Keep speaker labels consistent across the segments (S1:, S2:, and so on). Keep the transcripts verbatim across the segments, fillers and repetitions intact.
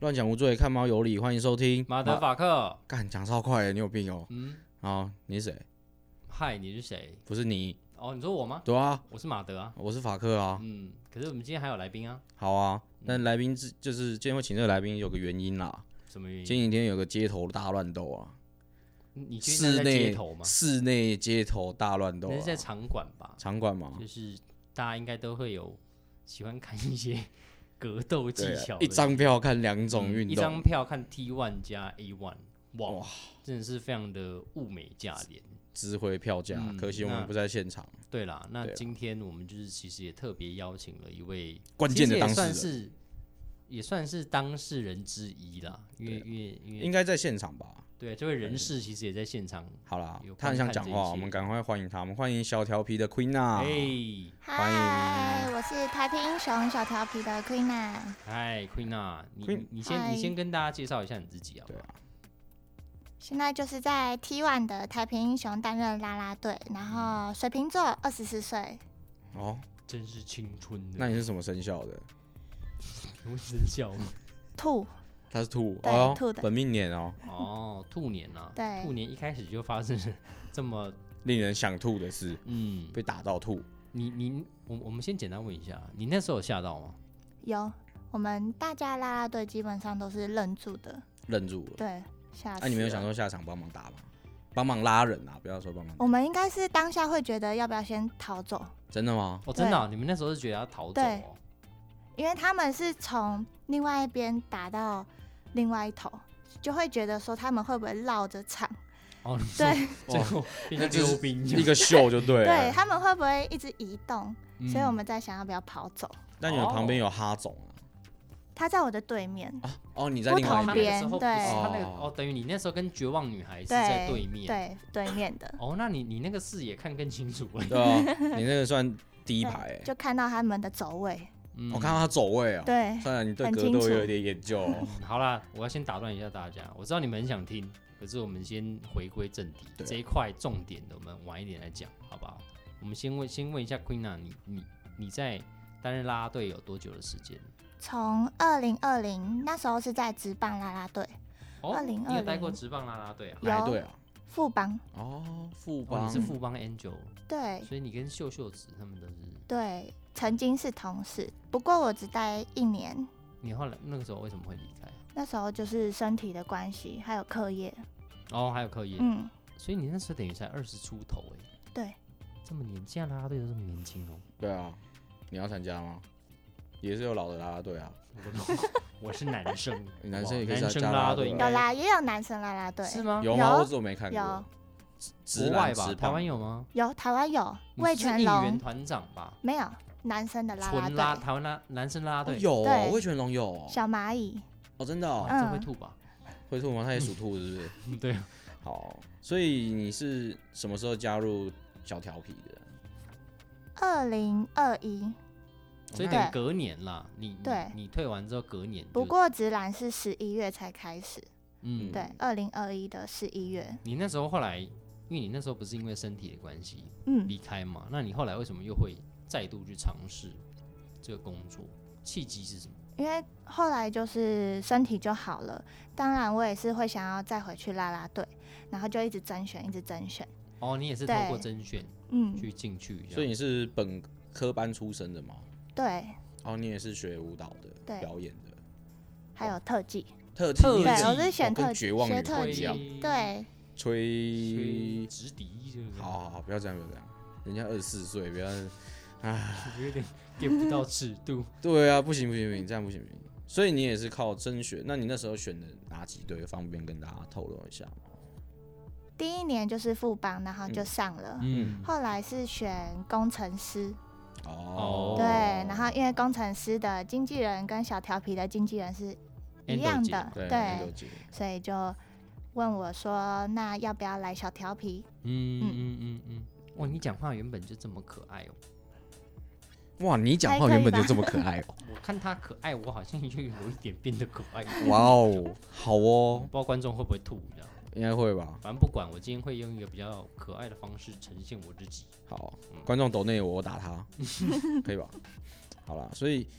S1: 乱讲无罪，看猫有理，欢迎收听
S2: 马德法克。
S1: 干讲超快的，你有病哦、喔。
S2: 嗯，
S1: 好，你是谁？
S2: 嗨，你是谁？
S1: 不是你。
S2: 哦，你说我吗？
S1: 对啊，
S2: 我是马德啊。
S1: 我是法克啊。
S2: 嗯，可是我们今天还有来宾啊。
S1: 好啊，但来宾就是今天会请这个来宾有个原因啦。
S2: 什么原因？
S1: 前几天有个街头大乱斗啊。
S2: 你确定在街头吗？
S1: 室内街头大乱斗、啊，
S2: 那是在场馆吧？
S1: 场馆吗？
S2: 就是大家应该都会有喜欢看一些格斗技巧、啊。
S1: 一张票看两种运动、嗯，
S2: 一张票看 T 一 加 A 一，哇，哇真的是非常的物美价廉，
S1: 值回票价、嗯。可惜我们不在现场。
S2: 对啦，那今天我们就是其实也特别邀请了一位
S1: 关键的当事人，
S2: 也算是也算是当事人之一啦，因为因为因为
S1: 应该在现场吧。
S2: 对，这位人士其实也在现场。
S1: 好啦，他很想讲话，我们赶快欢迎他。我们欢迎小调皮的 Queena。
S2: 哎，
S1: 欢迎！
S3: 嗨，我是台北英雄小调皮的 Queena。
S2: 嗨 ，Queena， 你你先你先跟大家介绍一下你自己啊。
S1: 对啊。
S3: 现在就是在 T 一 的台北英雄担任啦啦队，然后水瓶座，二十四岁。
S1: 哦，
S2: 真是青春的。
S1: 那你是什么生肖的？
S2: 什生肖？
S3: 兔。
S1: 他是兔，
S3: 对，
S1: 哦、
S3: 兔的
S1: 本命年哦。
S2: 哦，兔年啊。
S3: 对。
S2: 兔年一开始就发生了这么
S1: 令人想吐的事，
S2: 嗯，
S1: 被打到吐。
S2: 你你我我们先简单问一下，你那时候有吓到吗？
S3: 有，我们大家啦啦队基本上都是愣住的。
S1: 愣住了。
S3: 对，吓死了。
S1: 那、啊、你没有想说下场帮忙打吗？帮忙拉人啊，不要说帮忙。
S3: 我们应该是当下会觉得要不要先逃走。
S1: 真的吗？
S2: 哦，真的、啊，你们那时候是觉得要逃走哦。
S3: 因为他们是从另外一边打到另外一头，就会觉得说他们会不会绕着场？
S2: 哦，
S3: 对，
S2: 最后变成溜冰，
S1: 一个秀就对了。
S3: 对，他们会不会一直移动？嗯、所以我们在想要不要跑走。
S1: 但你们旁边有哈总啊？
S3: 他在我的对面。
S1: 啊、哦，你在另外一
S3: 边。对，
S2: 他那个哦，等于你那时候跟绝望女孩是在对面。
S3: 对，对面的。
S2: 哦，那你你那个视野看更清楚了。
S1: 对啊，你那个算第一排、欸，
S3: 就看到他们的走位。
S1: 嗯、我看到他走位啊，
S3: 对，
S1: 算了，你对格斗有点研究、哦
S2: 嗯。好啦，我要先打断一下大家，我知道你们很想听，可是我们先回归正题，这一块重点的我们晚一点来讲，好不好？我们先问先问一下 Queena， 你你你在担任啦啦队有多久的时间？
S3: 从二零二零那时候是在职棒啦啦队。
S2: 哦，二零二零你有待过职棒啦啦队啊？
S1: 哪队啊？
S3: 富邦。
S1: 哦，富邦、
S2: 哦，你是富邦 Angel。
S3: 对。
S2: 所以你跟秀秀子他们都是。
S3: 对。曾经是同事，不过我只待一年。
S2: 你后来那个时候为什么会离开？
S3: 那时候就是身体的关系，还有课业。
S2: 哦，还有课业。
S3: 嗯。
S2: 所以你那时候等于才二十出头哎。
S3: 对。
S2: 这么年轻，啦啦队都这么年轻哦。
S1: 对啊，你要参加吗？也是有老的啦啦队啊。
S2: 我是男生，
S1: 男生也可以
S2: 男生啦啦队
S3: 有啦，也有男生啦啦队。
S2: 是吗？
S1: 有吗？我怎么没看过？
S3: 有。
S2: 国外吧，台湾有吗？
S3: 有，台湾有。魏全龙。
S2: 应援团长吧？
S3: 没有。男生的啦啦队，
S2: 纯拉台湾拉男生啦啦队、
S1: 哦、有魏全龙有
S3: 小蚂蚁
S1: 哦，真的哦，
S2: 这会吐吧？
S1: 会吐吗？他也属兔是不是？
S2: 对啊。
S1: 好，所以你是什么时候加入小调皮的？
S3: 二零二一，
S2: 所以等隔年啦。你
S3: 对，
S2: 你退完之后隔年。
S3: 不过职篮是十一月才开始。
S2: 嗯，
S3: 对，二零二一的十一月。
S2: 你那时候后来，因为你那时候不是因为身体的关系，
S3: 嗯，
S2: 离开嘛？那你后来为什么又会？再度去尝试这个工作，契机是什么？
S3: 因为后来就是身体就好了，当然我也是会想要再回去啦啦队，然后就一直甄选，一直甄选。
S2: 哦，你也是透过甄选，嗯，去进去。
S1: 所以你是本科班出身的吗？
S3: 对。
S1: 哦，你也是学舞蹈的，
S3: 对，
S1: 表演的，
S3: 还有特技。
S1: 特技，
S3: 对，我是选特技，
S1: 绝望女
S3: 特技，对。
S1: 吹
S2: 直笛，
S1: 好好好，不要这样，不要这样，人家二十四岁，不要。
S2: 唉，有点get不到尺度。
S1: 对啊，不行不行不行，这样不行不行。所以你也是靠甄选，那你那时候选的哪几队？方便跟大家透露一下吗？
S3: 第一年就是富邦，然后就上了。嗯。后来是选工程师。
S1: 哦。
S3: 对，然后因为工程师的经纪人跟小调皮的经纪人是一样的，
S1: 对，
S3: 对所以就问我说：“那要不要来小调皮？”
S2: 嗯嗯嗯嗯。哇，你讲话原本就这么可爱哦。
S1: 哇，你讲话原本就这么可爱哦！
S2: 我看他可爱，我好像就有一点变得可爱。
S1: 哇哦，好哦！
S2: 不知道观众会不会吐，你知道？
S1: 应该会吧。
S2: 反正不管，我今天会用一个比较可爱的方式呈现我自己。
S1: 好，嗯、观众抖内我，我打他，可以吧？好啦，所以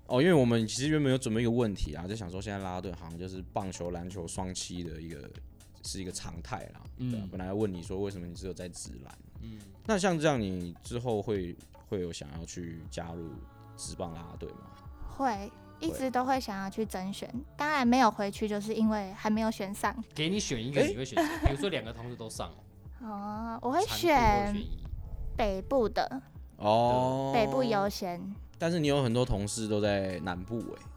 S1: 哦，因为我们其实原本有准备一个问题啊，就想说现在啦啦队好像就是棒球、篮球双栖的一个是一个常态啦。嗯、对、啊，本来要问你说为什么你只有在职篮？嗯，那像这样你之后会会有想要去加入职棒啦啦队吗？
S3: 会。一直都会想要去甄选，当然没有回去，就是因为还没有选上。
S2: 给你选一个，你会选谁？比如说两个同时都上
S3: 哦。哦，我会选北部的。
S1: 哦，
S3: 北部优先。
S1: 但是你有很多同事都在南部哎、欸。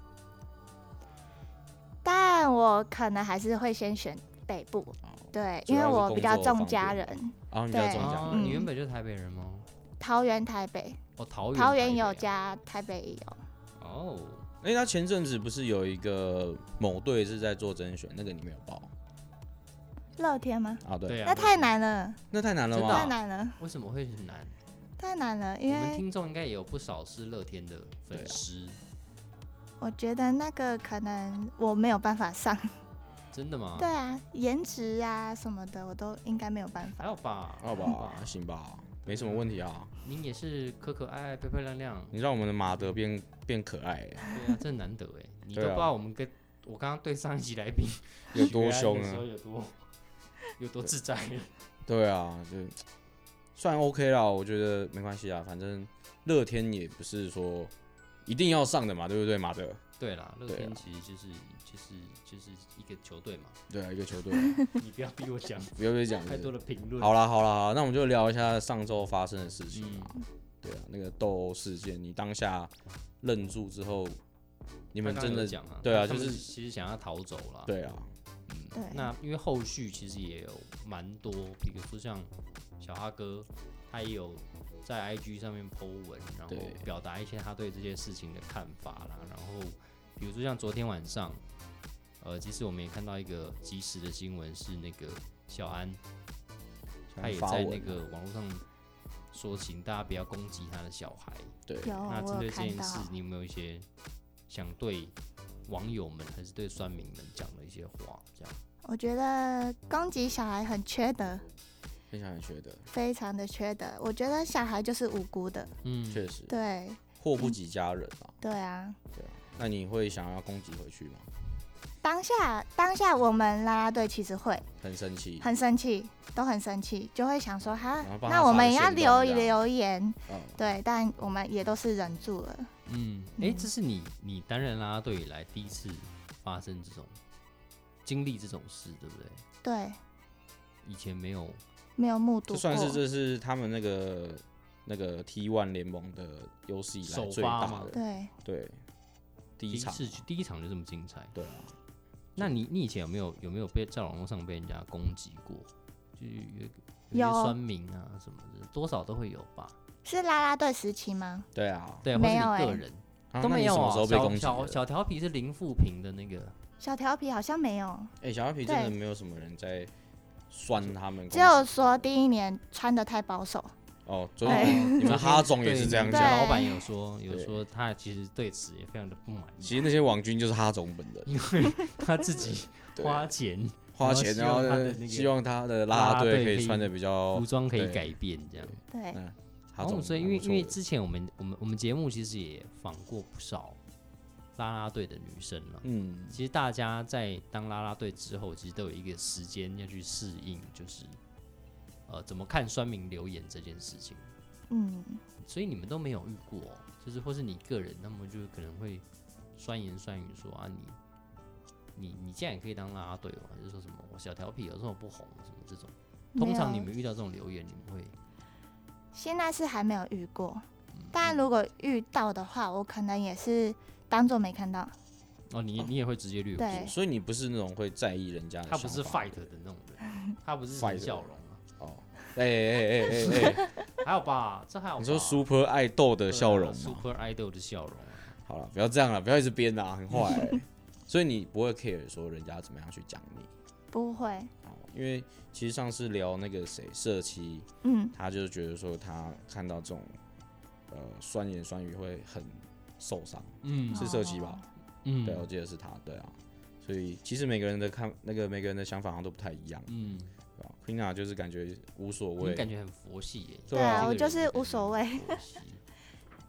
S3: 但我可能还是会先选北部，哦、对，因为我比较重家人。
S1: 啊，你比较重家人、
S2: 哦。你原本就是台北人吗？
S3: 桃园、台北。
S2: 哦，桃园。
S3: 桃园有加，台北也有。
S2: 哦，
S1: 哎、欸，他前阵子不是有一个某队是在做甄选，那个你没有报？
S3: 乐天吗？
S1: 啊，对，
S2: 对啊，
S3: 那太难了，
S1: 那太难了吗？
S3: 太难了。
S2: 为什么会很难？
S3: 太难了，因为
S2: 我们听众应该也有不少是乐天的粉丝。
S3: 我觉得那个可能我没有办法上。
S2: 真的吗？
S3: 对啊，颜值啊什么的，我都应该没有办法。
S2: 还好吧，
S1: 还好吧，还行吧。没什么问题啊，
S2: 您也是可可爱爱、漂漂亮亮，
S1: 你让我们的马德变变可爱、欸，
S2: 对啊，这难得哎，你都不知道我们跟我刚刚对上一集来宾
S1: 有多凶啊，
S2: 有多有多自在。
S1: 对啊，就算 OK 啦，我觉得没关系啊，反正乐天也不是说一定要上的嘛，对不对，马德？
S2: 对啦，乐天其实就是就是就是一个球队嘛。
S1: 对啊，一个球队。
S2: 你不要逼我讲，
S1: 不要逼讲
S2: 太多的评论。
S1: 好啦好啦好啦，那我们就聊一下上周发生的事情嘛。嗯、对啊，那个斗殴事件，你当下愣住之后，你们真的
S2: 讲啊？
S1: 对啊，就是
S2: 其实想要逃走啦。
S1: 对啊，
S2: 嗯，对。那因为后续其实也有蛮多，比如说像小哈哥，他也有在 I G 上面 po 文，然后表达一些他对这些事情的看法啦，然后。比如说像昨天晚上，呃，其实我们也看到一个即时的新闻，是那个小安，他也在那个网络上说，请大家不要攻击他的小孩。
S1: 对，
S2: 那针对这件事，你有没有一些想对网友们还是对酸民们讲的一些话？这样，
S3: 我觉得攻击小孩很缺德，
S1: 非常的缺德，
S3: 非常的缺德。我觉得小孩就是无辜的，
S1: 嗯，确实，
S3: 对，
S1: 祸不及家人啊。
S3: 对啊，
S1: 对啊。那你会想要攻击回去吗？
S3: 当下，当下我们啦啦队其实会
S1: 很生气，
S3: 很生气，都很生气，就会想说哈，那我们也要留留言，嗯、对，但我们也都是忍住了。
S2: 嗯，哎、欸，这是你你担任啦啦队以来第一次发生这种经历这种事，对不对？
S3: 对，
S2: 以前没有
S3: 没有目睹过，
S1: 这算是这是他们那个那个 T 一 联盟的有史以来最大的，
S3: 对
S1: 对。第一场，
S2: 第一场就这么精彩。
S1: 对啊，
S2: 那你你以前有没有有没有被在网络上被人家攻击过？就有有些酸民啊什么的，多少都会有吧？
S3: 是啦啦队时期吗？
S1: 对啊，
S2: 对，或是你个人、
S1: 欸、
S2: 都没有啊。
S1: 什么时候被攻击
S2: 小小调皮是零负评的那个，
S3: 小调皮好像没有。
S1: 哎、欸，小调皮真的没有什么人在酸他们，
S3: 只有说第一年穿得太保守。
S1: 哦，昨天你们哈总也是这样讲，
S2: 老板有说有说他其实对此也非常的不满意。
S1: 其实那些网军就是哈总本人，
S2: 因为他自己花钱
S1: 花钱，然后希望他的啦啦队可以穿的比较
S2: 服装可以改变这样。
S3: 对，
S1: 嗯，
S2: 哈总，所以因为因为之前我们我们我们节目其实也访过不少啦啦队的女生了，嗯，其实大家在当啦啦队之后，其实都有一个时间要去适应，就是。呃，怎么看酸民留言这件事情？嗯，所以你们都没有遇过，就是或是你个人，那么就可能会酸言酸语说啊，你你你竟然也可以当啦啦队哦，还是说什么我小调皮有时候不红什么这种？通常你们遇到这种留言，你们会？
S3: 现在是还没有遇过，但如果遇到的话，我可能也是当作没看到。
S2: 哦，你你也会直接略过，
S1: 所以你不是那种会在意人家的，
S2: 他不是 fight 的那种人，他不是笑容。
S1: 哦，哎哎哎哎哎，
S2: 还好吧，这还好吧。
S1: 你说 super 爱豆的笑容吗
S2: ？super idol 的笑容。
S1: 好了，不要这样了，不要一直编啊，很坏、欸。所以你不会 care 说人家怎么样去讲你？
S3: 不会。
S1: 哦，因为其实上次聊那个谁社七，嗯，他就觉得说他看到这种呃酸言酸语会很受伤，嗯，是社七吧？嗯，对，我记得是他，对啊。所以其实每个人的看那个每个人的想法好像都不太一样，嗯。Queena 就是感觉无所谓，
S2: 你感觉很佛系耶。
S3: 对啊，我就是无所谓。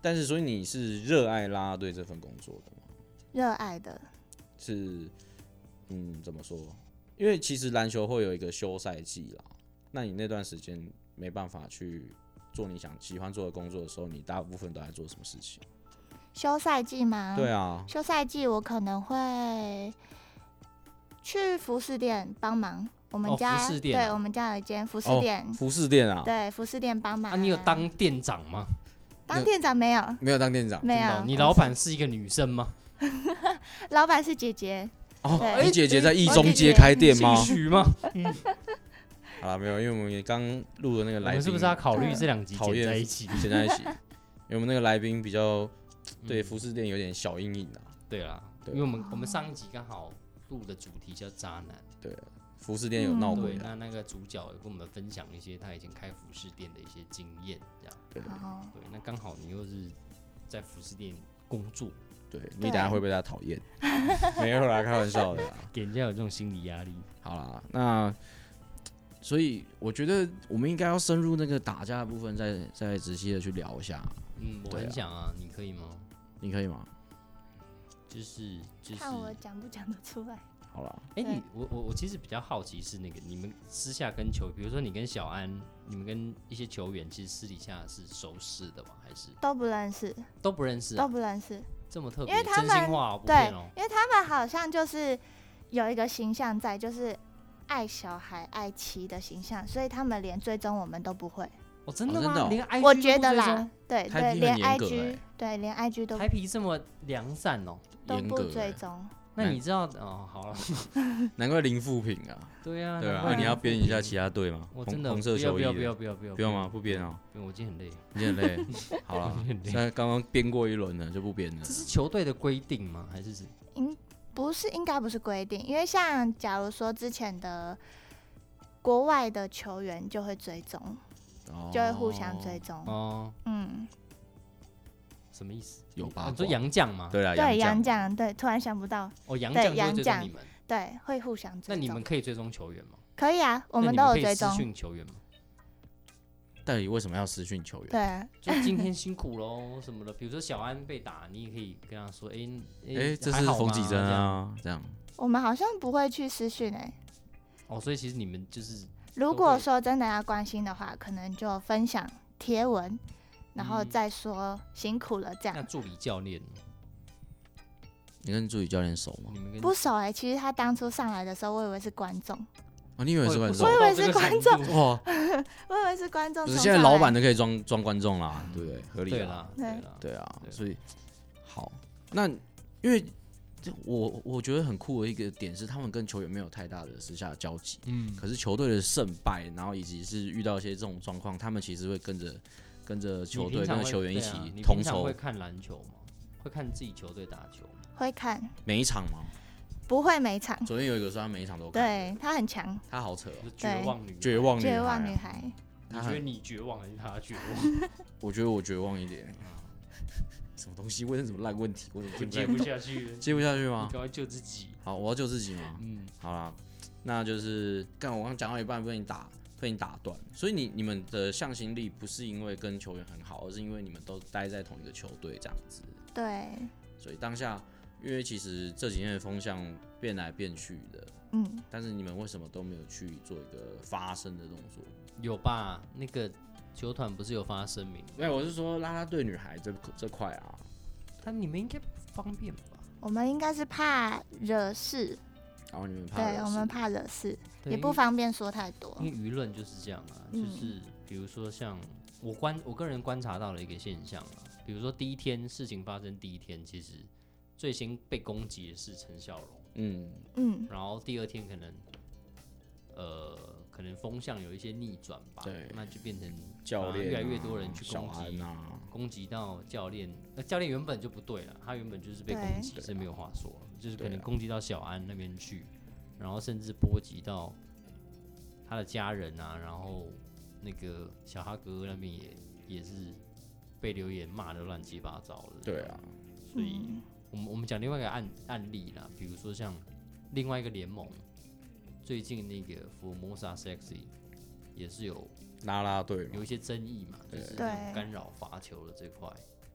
S1: 但是所以你是热爱啦啦队这份工作的吗？
S3: 热爱的。
S1: 是，嗯，怎么说？因为其实篮球会有一个休赛季啦，那你那段时间没办法去做你想喜欢做的工作的时候，你大部分都在做什么事情？
S3: 休赛季吗？
S1: 对啊，
S3: 休赛季我可能会去服饰店帮忙。我们家、
S2: 哦、服饰店、啊，
S3: 对我们家有一间服饰店、
S1: 哦。服饰店啊？
S3: 对，服饰店帮忙。
S2: 啊，你有当店长吗？
S3: 当店长没有，
S1: 没有当店长，
S3: 没有。
S2: 你老板是一个女生吗？
S3: 老板是姐姐。
S1: 哦，你姐姐在一中街开店吗？
S2: 姓许吗？
S1: 嗯。好了，没有，因为我们刚录的那个来宾，我
S2: 们是不是要考虑这两集剪在一起？
S1: 剪在一起，因为我们那个来宾比较对服饰店有点小阴影啊。
S2: 对啦，因为我们我们上一集刚好录的主题叫渣男。
S1: 对，服饰店有闹鬼、
S2: 嗯。那那个主角有跟我们分享一些他以前开服饰店的一些经验，这样。
S1: 对对。
S2: 对，那刚好你又是在服饰店工作。
S1: 对，你等下会被他讨厌，没有啦，开玩笑的啦，
S2: 给人家有这种心理压力。
S1: 好啦，那所以我觉得我们应该要深入那个打架的部分再，再再仔细的去聊一下。
S2: 嗯，我很想啊，你可以吗？
S1: 你可以吗？
S2: 就是就是，
S3: 看我讲不讲得出来。
S1: 好了，
S2: 哎、欸，你我我我其实比较好奇是那个你们私下跟球，比如说你跟小安，你们跟一些球员，其实私底下是熟识的吗？还是
S3: 都不认识？
S2: 都不认识、啊，
S3: 都不认识。
S2: 这么特别，
S3: 因为他们
S2: 真心话不
S3: 对，
S2: 哦、
S3: 因为他们好像就是有一个形象在，就是爱小孩、爱妻的形象，所以他们连追踪我们都不会。
S2: 哦，真的吗？
S1: 哦、
S2: 连 I G
S3: 我觉得啦，对对，连 I G，、
S1: 欸、
S3: 对连 I G 都
S2: 台皮这么良善哦，
S3: 都不追踪。
S2: 那你知道哦？好了，
S1: 难怪零负评啊。
S2: 对啊，
S1: 对啊，那你要编一下其他队吗？
S2: 我真的
S1: 红色球衣，
S2: 不要不要不要不要
S1: 不要吗？不编啊？
S2: 我今天很累，
S1: 你很累。好了，现在刚刚编过一轮了，就不编了。
S2: 这是球队的规定吗？还是是？
S3: 应不是，应该不是规定，因为像假如说之前的国外的球员就会追踪，哦、就会互相追踪。哦，嗯。
S2: 什么意思？
S1: 有吧？
S2: 你说洋将吗？
S1: 对啊，
S3: 对洋将，对，突然想不到。
S2: 哦，洋将就会追踪你们，
S3: 对，会互相追踪。
S2: 那你们可以追踪球员吗？
S3: 可以啊，我们都有追踪。
S2: 私讯球员吗？
S1: 到底为什么要私讯球员？
S3: 对，
S2: 就今天辛苦喽什么的。比如说小安被打，你也可以跟他说：“哎、欸、哎、
S1: 欸，这是冯启珍啊。”这样。
S3: 我们好像不会去私讯哎。
S2: 哦，所以其实你们就是，
S3: 如果说真的要关心的话，可能就分享贴文。然后再说辛苦了这样。
S2: 那助理教练，
S1: 你跟助理教练熟吗？
S3: 不熟哎、欸，其实他当初上来的时候，我以为是观众。
S1: 哦，你以为是观众？
S3: 我以为是观众。
S1: 哇！
S3: 我以为是观众。
S1: 不是，现在老板都可以装装观众啦，对不对？合理
S2: 啦，对啦，
S1: 对啊。所以好，那因为我我觉得很酷的一个点是，他们跟球员没有太大的私下的交集。嗯。可是球队的胜败，然后以及是遇到一些这种状况，他们其实会跟着。跟着球队、跟着球员一起同筹。
S2: 你会看篮球吗？会看自己球队打球吗？
S3: 会看。
S1: 每一场吗？
S3: 不会每一场。
S1: 昨天有一个说他每一场都看。
S3: 对，他很强。
S1: 他好扯、喔，
S2: 绝望女，
S1: 绝望女孩、啊，
S3: 绝望女孩。
S2: 你觉得你绝望还是他绝望？
S1: 我觉得我绝望一点。什么东西？问什么烂问题？我怎么
S2: 接不下去？
S1: 接不下去吗？
S2: 你赶快救自己。
S1: 好，我要救自己吗？嗯，好啦，那就是刚我刚讲到一半被你打。被你打断，所以你你们的向心力不是因为跟球员很好，而是因为你们都待在同一个球队这样子。
S3: 对。
S1: 所以当下，因为其实这几年的风向变来变去的，嗯，但是你们为什么都没有去做一个发声的动作？
S2: 有吧？那个球团不是有发声明？
S1: 对，我是说啦啦队女孩这这块啊。
S2: 但你们应该不方便吧？
S3: 我们应该是怕惹事。
S1: 然后你们怕惹事，
S3: 对，我们怕惹事，也不方便说太多。
S2: 因为舆论就是这样啊，嗯、就是比如说像我观我个人观察到了一个现象啊，比如说第一天事情发生第一天，其实最先被攻击的是陈孝荣，嗯嗯，然后第二天可能呃可能风向有一些逆转吧，对，那就变成
S1: 教练、啊、
S2: 越来越多人去攻击
S1: 啊，
S2: 攻击到教练，那教练原本就不对了，他原本就是被攻击，是没有话说。就是可能攻击到小安那边去，然后甚至波及到他的家人啊，然后那个小哈哥哥那边也也是被留言骂得乱七八糟的。
S1: 对啊，
S2: 所以我们我们讲另外一个案案例啦，比如说像另外一个联盟，最近那个福摩萨 Sexy 也是有
S1: 啦啦队
S2: 有一些争议嘛，就是干扰罚球的这块。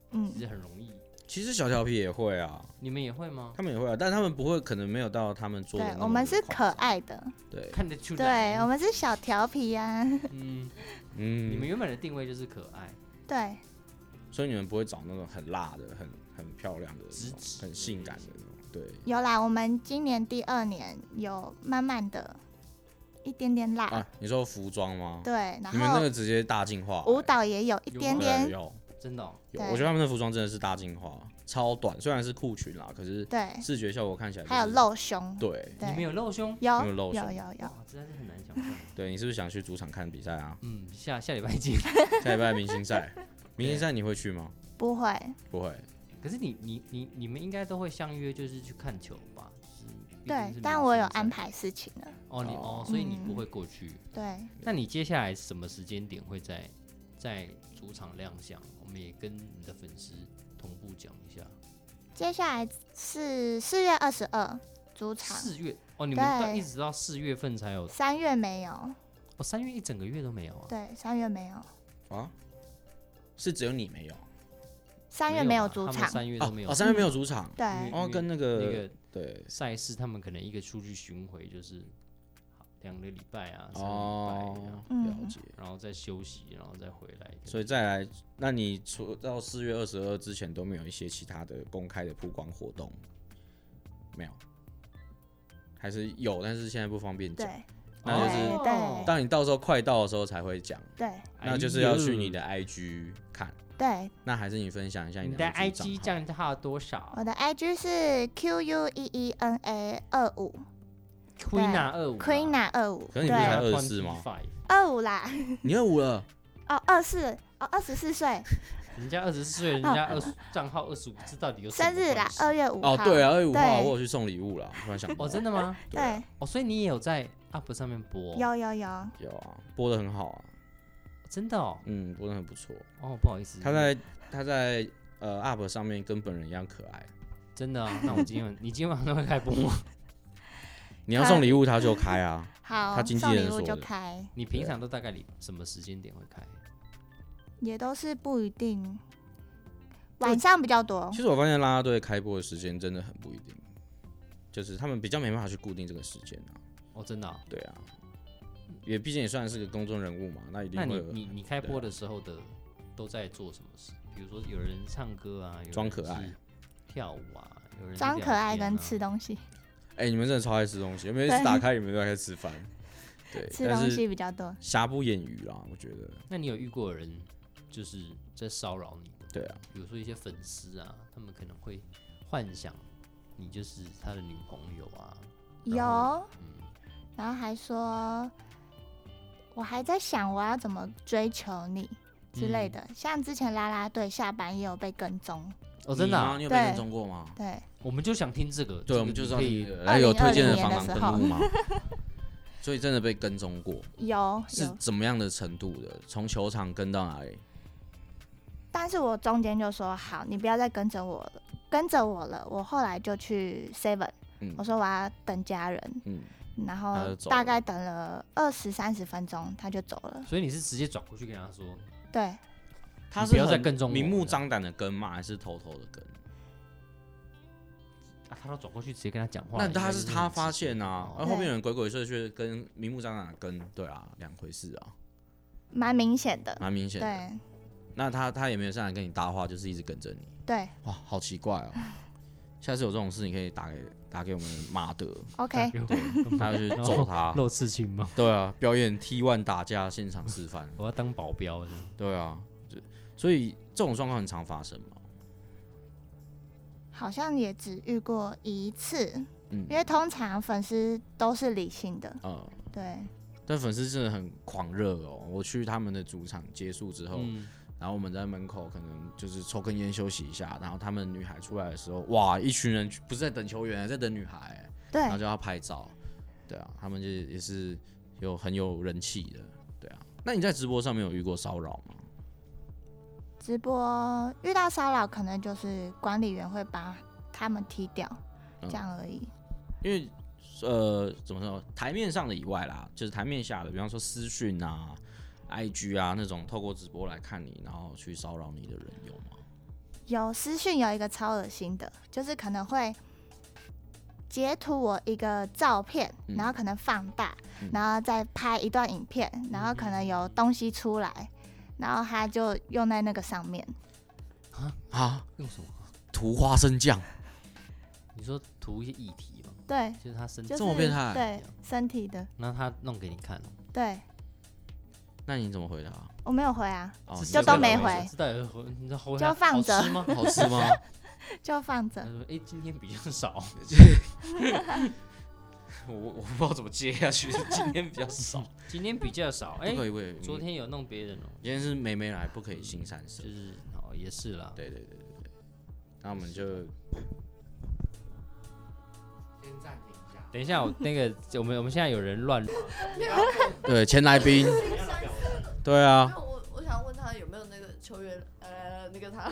S2: 嗯，其实很容易。
S1: 其实小调皮也会啊，
S2: 你们也会吗？
S1: 他们也会啊，但他们不会，可能没有到他们做的那么。
S3: 对，我们是可爱的，
S1: 对，
S2: 看得出来。
S3: 对，我们是小调皮啊。
S2: 嗯嗯，你们原本的定位就是可爱。
S3: 对。
S1: 所以你们不会找那种很辣的、很很漂亮的、很性感的那种。对。
S3: 有啦，我们今年第二年有慢慢的。一点点辣
S1: 啊！你说服装吗？
S3: 对，然后
S1: 你们那个直接大进化、
S3: 欸，舞蹈也有一点点，
S1: 有
S2: 真的、哦、
S1: 有。我觉得他们的服装真的是大进化，超短，虽然是裤裙啦，可是
S3: 对
S1: 视觉效果看起来、就是、
S3: 还有露胸。
S1: 对，
S2: 你们有露胸？
S3: 有
S1: 有露胸，
S3: 有有有，
S2: 真的是很难想象。
S1: 对你是不是想去主场看比赛啊？
S2: 嗯，下下礼拜见。
S1: 下礼拜明星赛，明星赛你会去吗？
S3: 不会，
S1: 不会。
S2: 可是你你你你们应该都会相约，就是去看球吧？
S3: 对，但我有安排事情了。
S2: 哦，你哦，所以你不会过去。
S3: 嗯、对。
S2: 那你接下来什么时间点会在在主场亮相？我们也跟你的粉丝同步讲一下。
S3: 接下来是四月二十二主场。
S2: 四月哦，你们一直到四月份才有。
S3: 三月没有。
S2: 哦，三月一整个月都没有啊？
S3: 对，三月没有。
S1: 啊？是只有你没有？
S3: 三月没有主场。
S2: 三月都没有。
S1: 哦，三月没有主场。
S3: 对。
S1: 哦，跟那个
S2: 那个。
S1: 对
S2: 赛事，他们可能一个出去巡回就是两个礼拜啊，三个礼拜、啊
S1: 哦，了解，
S2: 然后再休息，然后再回来。
S1: 所以再来，那你除到四月二十二之前都没有一些其他的公开的曝光活动？没有，还是有，但是现在不方便讲。那就是当你到时候快到的时候才会讲。
S3: 对，
S1: 那就是要去你的 I G 看。
S3: 对，
S1: 那还是你分享一下你
S2: 的 I G 账号多少？
S3: 我的 I G 是 Q U E E N A 二五
S2: ，Queena 二五
S3: ，Queena 二五。
S1: 可是你不是才二十四吗？
S3: 二五啦。
S1: 你二五了？
S3: 哦，二四，哦，二十四岁。
S2: 人家二十四岁，人家二账号二十五，这到底有什么
S3: 生日啦？二月五号。
S1: 哦，对啊，二月五号我有去送礼物啦，突然想到。
S2: 哦，真的吗？
S3: 对。
S2: 哦，所以你也有在 Up 上面播？
S3: 有有有。
S1: 有啊，播得很好啊。
S2: 真的哦。
S1: 嗯，播得很不错。
S2: 哦，不好意思。
S1: 他在。他在呃 Up 上面跟本人一样可爱，
S2: 真的啊？那我今晚你今晚上会开播吗？
S1: 你要送礼物他就开啊，
S3: 好，
S1: 他经纪人说
S3: 的。就开。
S2: 你平常都大概什么时间点会开？
S3: 也都是不一定，晚上比较多。
S1: 其实我发现啦啦队开播的时间真的很不一定，就是他们比较没办法去固定这个时间啊。
S2: 哦，真的、啊？
S1: 对啊，也毕竟也算是个公众人物嘛，那一定会。
S2: 那你你你开播的时候的都在做什么事？比如说有人唱歌啊，
S1: 装可爱、
S2: 跳舞啊，有人
S3: 装可爱跟吃东西。
S1: 哎、欸，你们真的超爱吃东西，每次打开你们都在吃饭。对，
S3: 吃东西比较多，
S1: 瑕不掩瑜啦，我觉得。
S2: 那你有遇过人就是在骚扰你？
S1: 对啊，
S2: 比如说一些粉丝啊，他们可能会幻想你就是他的女朋友啊。
S3: 有，嗯，然后还说，我还在想我要怎么追求你。之类的，嗯、像之前啦啦队下班也有被跟踪
S2: 哦，真的、啊？
S1: 你有被跟踪过吗？
S3: 对，
S2: 我们就想听这个，
S1: 对，
S2: 这个
S1: 我们就
S2: 可以
S1: 来有推荐的防狼喷雾吗？所以真的被跟踪过，
S3: 有
S1: 是怎么样的程度的？从球场跟到哪里？
S3: 但是我中间就说好，你不要再跟着我了，跟着我了。我后来就去 Seven，、嗯、我说我要等家人，嗯。然后大概等了二十三十分钟，他就走了。
S2: 所以你是直接转过去跟他说？
S3: 对。
S1: 他是不要再跟踪我，明目张胆的跟吗？还是偷偷的跟？
S2: 啊，他都转过去直接跟他讲话。
S1: 那他是他发现啊，而、哦、后面有人鬼鬼祟祟跟明目张胆的跟，对啊，两回事啊。
S3: 蛮明显的。
S1: 蛮明显的。
S3: 对。
S1: 那他他也没有上来跟你搭话，就是一直跟着你。
S3: 对。
S1: 哇，好奇怪哦。下次有这种事，你可以打给打给我们马德
S3: ，OK，
S1: 对，他要去揍他，
S2: 露刺青吗？
S1: 对啊，表演 T 一 打架现场示范，
S2: 我要当保镖的。
S1: 对啊，所以这种状况很常发生嘛。
S3: 好像也只遇过一次，嗯，因为通常粉丝都是理性的，嗯，对。
S1: 但粉丝真的很狂热哦，我去他们的主场结束之后。嗯，然后我们在门口可能就是抽根烟休息一下，然后他们女孩出来的时候，哇，一群人不是在等球员，在等女孩，
S3: 对，
S1: 然后就要拍照，对啊，他们就也是有很有人气的，对啊。那你在直播上面有遇过骚扰吗？
S3: 直播遇到骚扰，可能就是管理员会把他们踢掉，嗯、这样而已。
S1: 因为呃，怎么说，台面上的以外啦，就是台面下的，比方说私讯啊。I G 啊，那种透过直播来看你，然后去骚扰你的人有吗？
S3: 有私讯有一个超恶心的，就是可能会截图我一个照片，嗯、然后可能放大，嗯、然后再拍一段影片，然后可能有东西出来，然后他就用在那个上面。
S2: 啊啊！用什么？
S1: 涂花生酱？
S2: 你说涂一些液体吗？
S3: 对，
S2: 就是他身体、
S3: 就是、
S1: 这么变态？
S3: 对，身体的。
S2: 那他弄给你看？
S3: 对。
S1: 那你怎么回答？
S3: 我没有回啊，哦、就都没回。就放着。
S2: 好吃吗？
S1: 好吃吗？
S3: 就放着。
S2: 哎、欸，今天比较少。
S1: 我我不知道怎么接下去。今天比较少，
S2: 今天比较少。哎、
S1: 欸，不可以，
S2: 昨天有弄别人哦。
S1: 今天是妹妹来，不可以新三色。
S2: 就是哦，也是啦。
S1: 对对对对对。那我们就
S2: 先暂停一下。等一下，我那个我们我们现在有人乱。
S1: 对，前来宾。对啊。
S4: 我我想问他有没有那个球员，呃，那个他。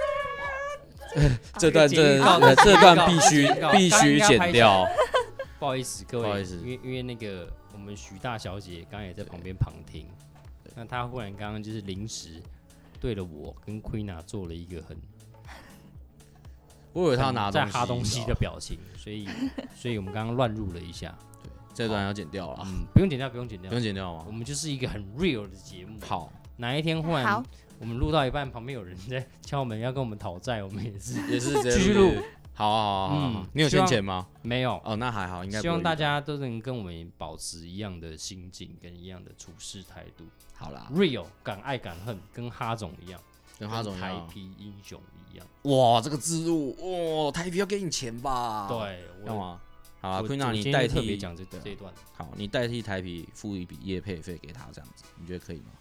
S1: 这段这这段必须必须剪掉。
S2: 不好意思，各位，
S1: 不好意思，
S2: 因为因为那个我们许大小姐刚刚也在旁边旁听，那她忽然刚刚就是临时对了我跟 Queena 做了一个很，
S1: 我以为她拿
S2: 在哈东西的表情，所以所以我们刚刚乱入了一下。
S1: 对，这段要剪掉了。
S2: 嗯，不用剪掉，不用剪掉，
S1: 不用剪掉吗？
S2: 我们就是一个很 real 的节目。
S1: 好，
S2: 哪一天忽然我们录到一半，旁边有人在敲门要跟我们讨债，我们也是
S1: 也是
S2: 继续录。
S1: 好啊好啊好啊，嗯，你有欠钱吗？
S2: 没有。
S1: 哦，那还好，应该。
S2: 希望大家都能跟我们保持一样的心境跟一样的处事态度。
S1: 好啦
S2: ，real 敢爱敢恨，跟哈总一样，
S1: 跟哈总一样，
S2: 台啤英雄一样。
S1: 哇，这个字入哇，台啤要给你钱吧？
S2: 对，
S1: 要吗？好啊 ，Queena 你代替
S2: 特别讲这这一段。
S1: 好，你代替台啤付一笔业配费给他，这样子，你觉得可以吗？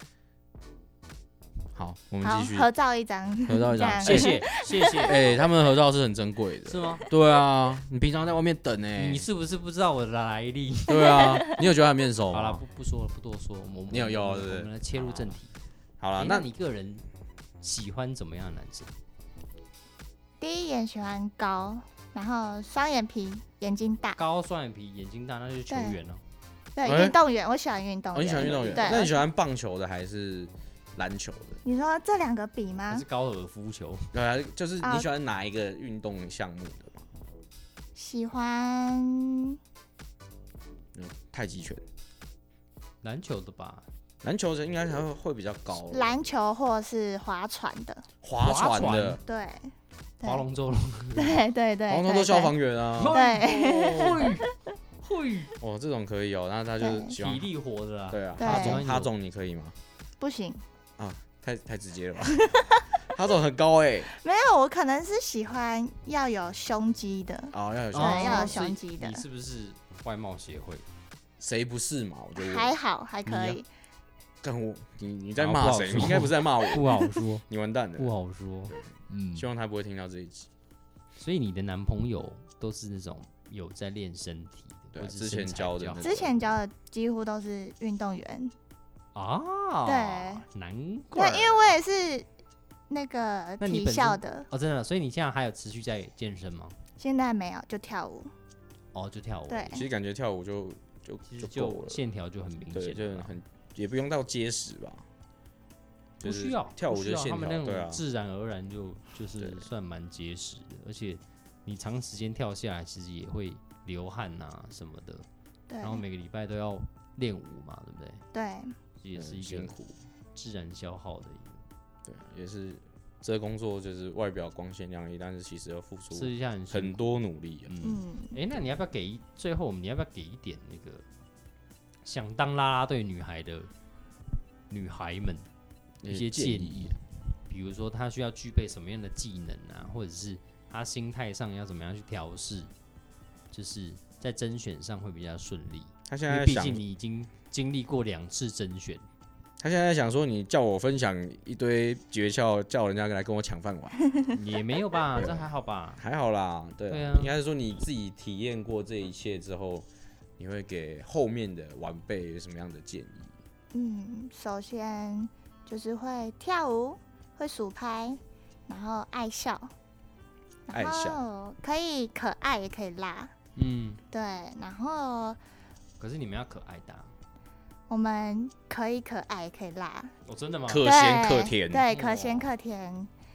S1: 好，我们继续
S3: 合照一张，
S1: 合照一张，
S2: 谢谢谢谢。
S1: 哎、欸，他们的合照是很珍贵的，
S2: 是吗？
S1: 对啊，你平常在外面等哎、欸，
S2: 你是不是不知道我的来历？
S1: 对啊，你有觉得他面熟吗？
S2: 好了，不不说了，不多说。我
S1: 你有有对不对？
S2: 我们来切入正题。
S1: 好了，
S2: 欸，那你个人喜欢怎么样的男生？
S3: 第一眼喜欢高，然后双眼皮，眼睛大。
S2: 高双眼皮，眼睛大，那就是球员了。
S3: 对，运、欸、动员，我喜欢运动员。
S1: 哦，你喜欢运动员？
S3: 对。
S1: 那你喜欢棒球的还是篮球的？
S3: 你说这两个比吗？
S2: 还是高尔夫球？
S1: 对啊，就是你喜欢哪一个运动项目的吗？
S3: 喜欢，
S1: 嗯，太极拳。
S2: 篮球的吧？
S1: 篮球的应该还会比较高。
S3: 篮球或是划船的。
S1: 划船的。
S3: 对。
S2: 划龙舟。
S3: 对对对。
S1: 划龙舟都消防员啊。
S3: 对。
S2: 会。
S1: 哦，这种可以哦，那他就喜欢
S2: 体力活的啦。
S1: 对啊，哈总，哈总你可以吗？
S3: 不行。
S1: 啊，太太直接了吧？哈总很高哎、欸。
S3: 没有，我可能是喜欢要有胸肌的。
S1: 哦，要有胸
S3: 肌，要有胸肌的。
S2: 你是不是外貌协会？
S1: 谁不是嘛？我觉得
S3: 还好，还可以。
S1: 干我，你你在骂谁？你应该不是在骂我。
S2: 不好说，
S1: 你完蛋了。
S2: 不好说。
S1: 嗯，希望他不会听到这一集。
S2: 所以你的男朋友都是那种有在练身体的，
S1: 对，之前教的，
S3: 之前教的几乎都是运动员。
S2: 啊，
S3: 对，
S2: 难怪。
S3: 对，因为我也是那个体校的。
S2: 哦，真的，所以你现在还有持续在健身吗？
S3: 现在没有，就跳舞。
S2: 哦，就跳舞。
S3: 对，
S1: 其实感觉跳舞就就就够了，
S2: 线条就很明显，
S1: 就很也不用到结实吧。
S2: 不需要
S1: 跳舞就线条，对啊，
S2: 自然而然就就是算蛮结实的，而且你长时间跳下来，其实也会流汗啊什么的。
S3: 对。
S2: 然后每个礼拜都要练舞嘛，对不对？
S3: 对。
S2: 也是一个自然消耗的一个，
S1: 对，也是这个工作就是外表光鲜亮丽，但是其实要付出
S2: 是一下很
S1: 很多努力、啊。
S2: 嗯，哎、欸，那你要不要给最后你要不要给一点那个想当啦啦队女孩的女孩们一些建议？比如说她需要具备什么样的技能啊，或者是她心态上要怎么样去调试，就是在甄选上会比较顺利。
S1: 她现在
S2: 毕竟你已经经历过两次甄选，
S1: 他现在想说你叫我分享一堆诀窍，叫人家来跟我抢饭碗，
S2: 也没有吧？这还好吧？
S1: 还好啦，对，
S2: 对啊，
S1: 应该是说你自己体验过这一切之后，你会给后面的晚辈有什么样的建议？
S3: 嗯，首先就是会跳舞，会数拍，然后爱笑，
S1: 爱笑
S3: 可以可爱也可以辣，
S2: 嗯，
S3: 对，然后。
S2: 可是你们要可爱的、啊，
S3: 我们可以可爱，可以辣。
S2: 哦，真的吗？
S1: 可咸可甜。
S3: 对，可咸可甜。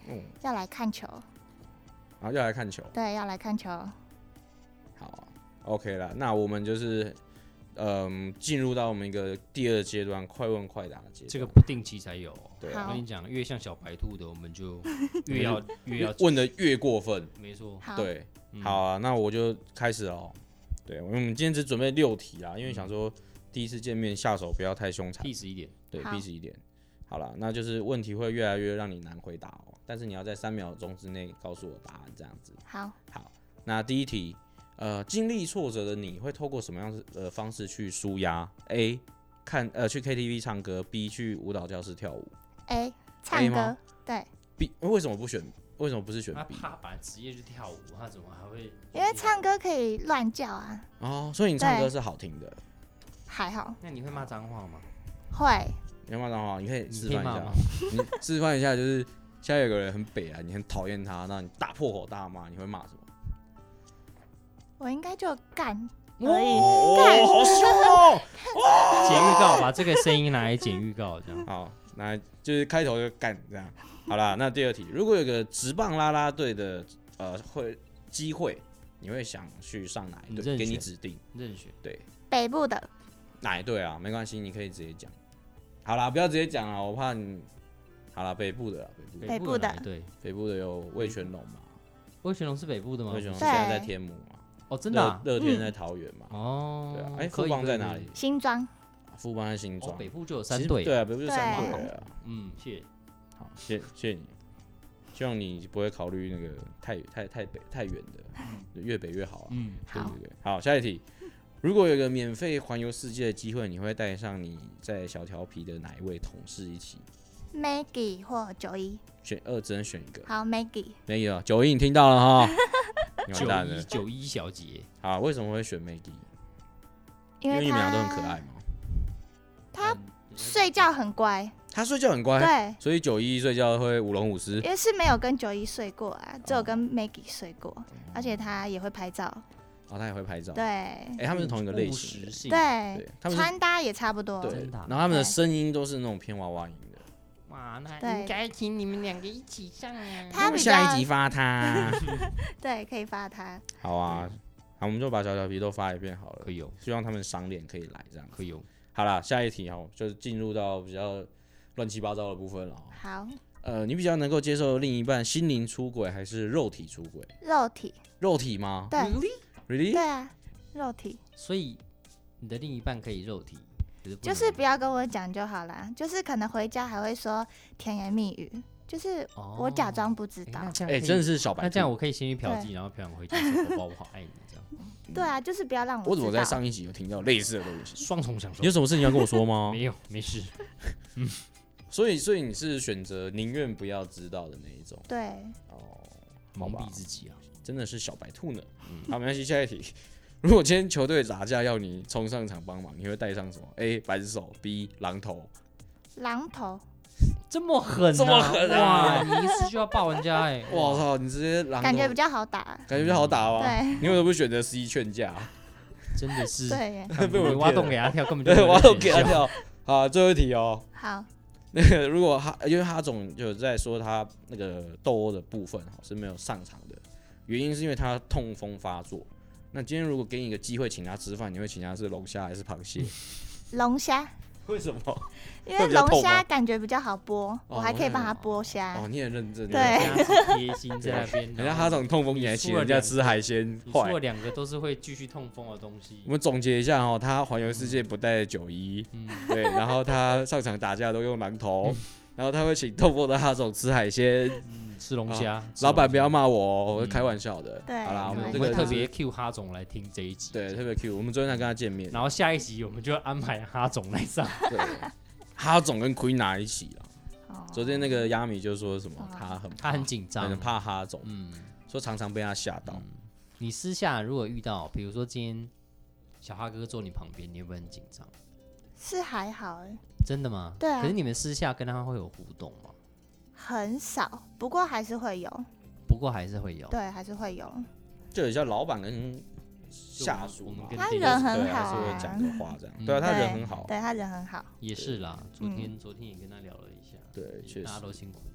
S3: 嗯，要来看球。
S1: 然后要来看球。
S3: 对，要来看球。
S1: 好 ，OK 啦，那我们就是。嗯，进入到我们一个第二阶段，快问快答的阶段。
S2: 这个不定期才有、哦。
S1: 对，
S2: 我跟你讲，越像小白兔的，我们就越要越要
S1: 问的越过分。
S2: 没错。
S1: 对，好啊，那我就开始了。对，我们今天只准备六题啦，因为想说第一次见面下手不要太凶残
S2: ，peace 一点。
S1: 对 ，peace 一点。好了，那就是问题会越来越让你难回答哦，但是你要在三秒钟之内告诉我答案，这样子。
S3: 好。
S1: 好，那第一题。呃，经历挫折的你会透过什么样的方式去抒压 ？A. 看呃去 K T V 唱歌 ，B. 去舞蹈教室跳舞。
S3: A. 唱歌，对。
S1: B. 为什么不选？为什么不是选 B？
S2: 他本来职业就跳舞，他怎么还会？
S3: 因为唱歌可以乱叫啊。
S1: 哦，所以你唱歌是好听的。
S3: 还好。
S2: 那你会骂脏话吗？
S3: 会。
S1: 你会骂脏话？你可以示范一下。你示范一下，就是现在有个人很北啊，你很讨厌他，那你大破口大骂，你会骂什么？
S3: 我应该就干而已，
S1: 干、哦，好凶哦！
S2: 剪预告，把这个声音拿来剪预告，这样。
S1: 好，那就是开头就干这样。好啦，那第二题，如果有个职棒啦啦队的呃会机会，你会想去上哪一队？给你指定，
S2: 任选。
S1: 对，
S3: 北部的。
S1: 哪一队啊？没关系，你可以直接讲。好啦，不要直接讲啦，我怕你。好啦，北部的啦，北部
S3: 北部的，
S2: 对，
S1: 北部的有味全龙嘛？
S2: 味全龙是北部的吗？
S1: 味全龙现在在天母嘛？
S2: 哦，真的、啊，
S1: 乐天在桃园嘛？
S2: 哦，
S1: 对啊，哎，富邦在哪里？
S3: 新庄。
S1: 富邦在新庄、
S2: 哦，北部就有三队。
S1: 对啊，北部就三队啊。
S2: 嗯，谢谢。
S1: 好，谢谢你。希望你不会考虑那个太太太北太远的，越北越好啊。
S2: 嗯，
S1: 对对对。好，下一题。如果有一个免费环游世界的机会，你会带上你在小调皮的哪一位同事一起
S3: ？Maggie 或九一。
S1: 选二，只能选一个。
S3: 好 ，Maggie。
S1: Maggie 啊，九一你听到了哈？
S2: 九一九一小姐，
S1: 好，为什么会选 Maggie？
S3: 因为
S1: 你们俩都很可爱嘛。
S3: 他睡觉很乖。
S1: 他睡觉很乖，
S3: 对，
S1: 所以九一睡觉会舞龙舞狮。
S3: 因为是没有跟九一睡过啊，只有跟 Maggie 睡过，哦、而且他也会拍照。
S1: 哦，他也会拍照。
S3: 对，
S1: 哎、欸，他们是同一个类型的。
S3: 对，他们穿搭也差不多。
S1: 对，然后他们的声音都是那种偏娃娃音的。
S2: 哇，那应该请你们两个一起上啊！
S3: 他比
S1: 下一集发他。
S3: 对，可以发他。
S1: 好啊，好，我们就把小小皮都发一遍好了。
S2: 可以有，
S1: 希望他们赏脸可以来这样。
S2: 可以有。
S1: 好啦，下一题哈，就是进入到比较乱七八糟的部分了。
S3: 好。
S1: 呃，你比较能够接受另一半心灵出轨还是肉体出轨？
S3: 肉体。
S1: 肉体吗？
S3: 对。
S1: Really？
S3: 对啊，肉体。
S2: 所以你的另一半可以肉体。
S3: 就是不要跟我讲就好啦，就是可能回家还会说甜言蜜语，就是我假装不知道。
S1: 哎、欸，真的是小白兔。
S2: 那这样我可以先去嫖妓，然后嫖完回家说宝宝我好爱你这样。
S3: 对啊，就是不要让我知道。
S1: 我怎么在上一集有听到类似的东西？
S2: 双重享受。
S1: 你有什么事情要跟我说吗？
S2: 没有，没事。
S1: 嗯，所以所以你是选择宁愿不要知道的那一种。
S3: 对。
S1: 哦，
S2: 蒙蔽自己啊，
S1: 真的是小白兔呢。嗯，好，没关系，下一题。如果今天球队打架要你冲上场帮忙，你会带上什么 ？A. 白手 ，B. 榔头。
S3: 榔头，
S2: 这么狠、啊，
S1: 这么狠
S2: 啊！你一次就要爆人家哎、欸！
S1: 我操，你直接榔头，
S3: 感觉比较好打，
S1: 感觉比较好打吗？
S3: 对，
S1: 你为什么不选择 C 劝架？
S2: 真的是，
S3: 对，
S1: 被我
S2: 挖洞给他跳，根本就
S1: 对挖洞给他跳。好，最后一题哦。
S3: 好，
S1: 那个如果哈，因为哈总就在说他那个斗殴的部分是没有上场的，原因是因为他痛风发作。那今天如果给你一个机会请他吃饭，你会请他吃龙虾还是螃蟹？
S3: 龙虾。
S1: 为什么？
S3: 因为龙虾感觉比较好剥，哦、我还可以帮他剥虾。
S1: 哦，你很认真。
S3: 对，
S2: 贴心在那边。
S1: 人家哈总痛风，你还请人家吃海鲜，
S2: 你说两个都是会继续痛风的东西。
S1: 我们总结一下哦，他环游世界不带九一，嗯，对，然后他上场打架都用榔头，然后他会请痛风的哈总吃海鲜。
S2: 吃龙虾，
S1: 老板不要骂我哦，我是开玩笑的。
S3: 对，
S1: 好啦，我们
S2: 这个特别 Q 哈总来听这一集。
S1: 对，特别 Q， 我们昨天才跟他见面，
S2: 然后下一集我们就安排哈总来上。
S1: 对，哈总跟 Queen 一起了。昨天那个亚米就说什么，他很
S2: 他很紧张，
S1: 很怕哈总，嗯，说常常被他吓到。
S2: 你私下如果遇到，比如说今天小哈哥坐你旁边，你会不会很紧张？
S3: 是还好哎。
S2: 真的吗？
S3: 对啊。
S2: 可是你们私下跟他会有互动吗？
S3: 很少，不过还是会有。
S2: 不过还是会有。
S3: 对，还是会有。
S1: 就有些老板跟下属嘛，
S3: 他人很好，
S1: 还是会讲个话这样。对啊，他人很好。
S3: 对他人很好。
S2: 也是啦，昨天昨天也跟他聊了一下。
S1: 对，确实
S2: 大家都辛苦。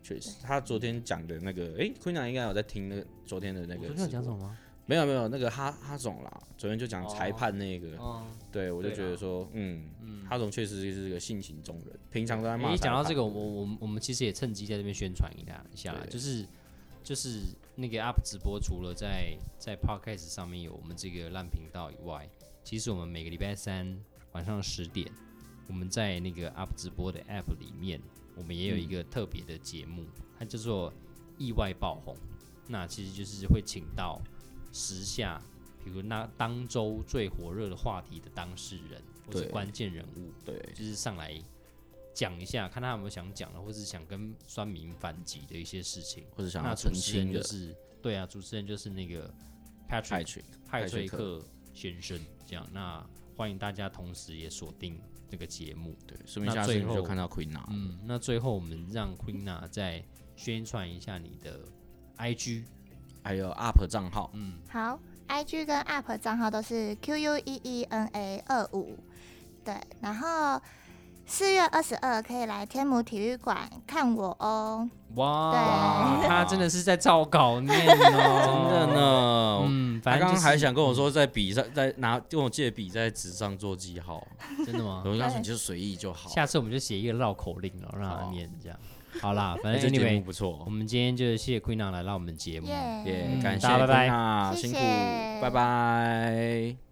S1: 确实，他昨天讲的那个，哎 ，Queen 应该有在听那个昨天的那个。
S2: 昨天有讲什么吗？
S1: 没有没有，那个哈哈总啦，昨天就讲裁判那个，哦、对我就觉得说，嗯，嗯哈总确实是个性情中人，平常都在骂。
S2: 你讲到这个，我我我们其实也趁机在这边宣传一下一下啦，就是就是那个 U P 直播，除了在在 Podcast 上面有我们这个烂频道以外，其实我们每个礼拜三晚上十点，我们在那个 U P 直播的 App 里面，我们也有一个特别的节目，嗯、它叫做意外爆红。那其实就是会请到时下，比如那当周最火热的话题的当事人或是关键人物，
S1: 对，
S2: 就是上来讲一下，看他有没有想讲的，或是想跟酸民反击的一些事情，
S1: 或者想要澄清的。
S2: 就是对啊，主持人就是那个 Patrick 派翠克先生，这样。那欢迎大家同时也锁定这个节目。
S1: 对，说明下次你就看到 Queen。
S2: 嗯，那最后我们让 Queen 再宣传一下你的 I G。
S1: 还有 U P 账号，
S3: 嗯，好 ，I G 跟 U P 账号都是 Q U E E N A 二五，对，然后四月二十二可以来天母体育馆看我哦。
S2: 哇，他真的是在照稿念哦，
S1: 真的呢。
S2: 嗯，
S1: 反正、就是、他刚刚还想跟我说，在笔上，在拿跟我借笔在纸上做记号，
S2: 真的吗？
S1: 我告诉你，就随意就好。
S2: 下次我们就写一个绕口令哦，让他念这样。好啦，反正
S1: 这节目不错。
S2: 我们今天就谢谢 Queen 来到我们节目，
S1: 也、yeah, 感谢
S2: Queen，
S1: 辛苦，拜拜。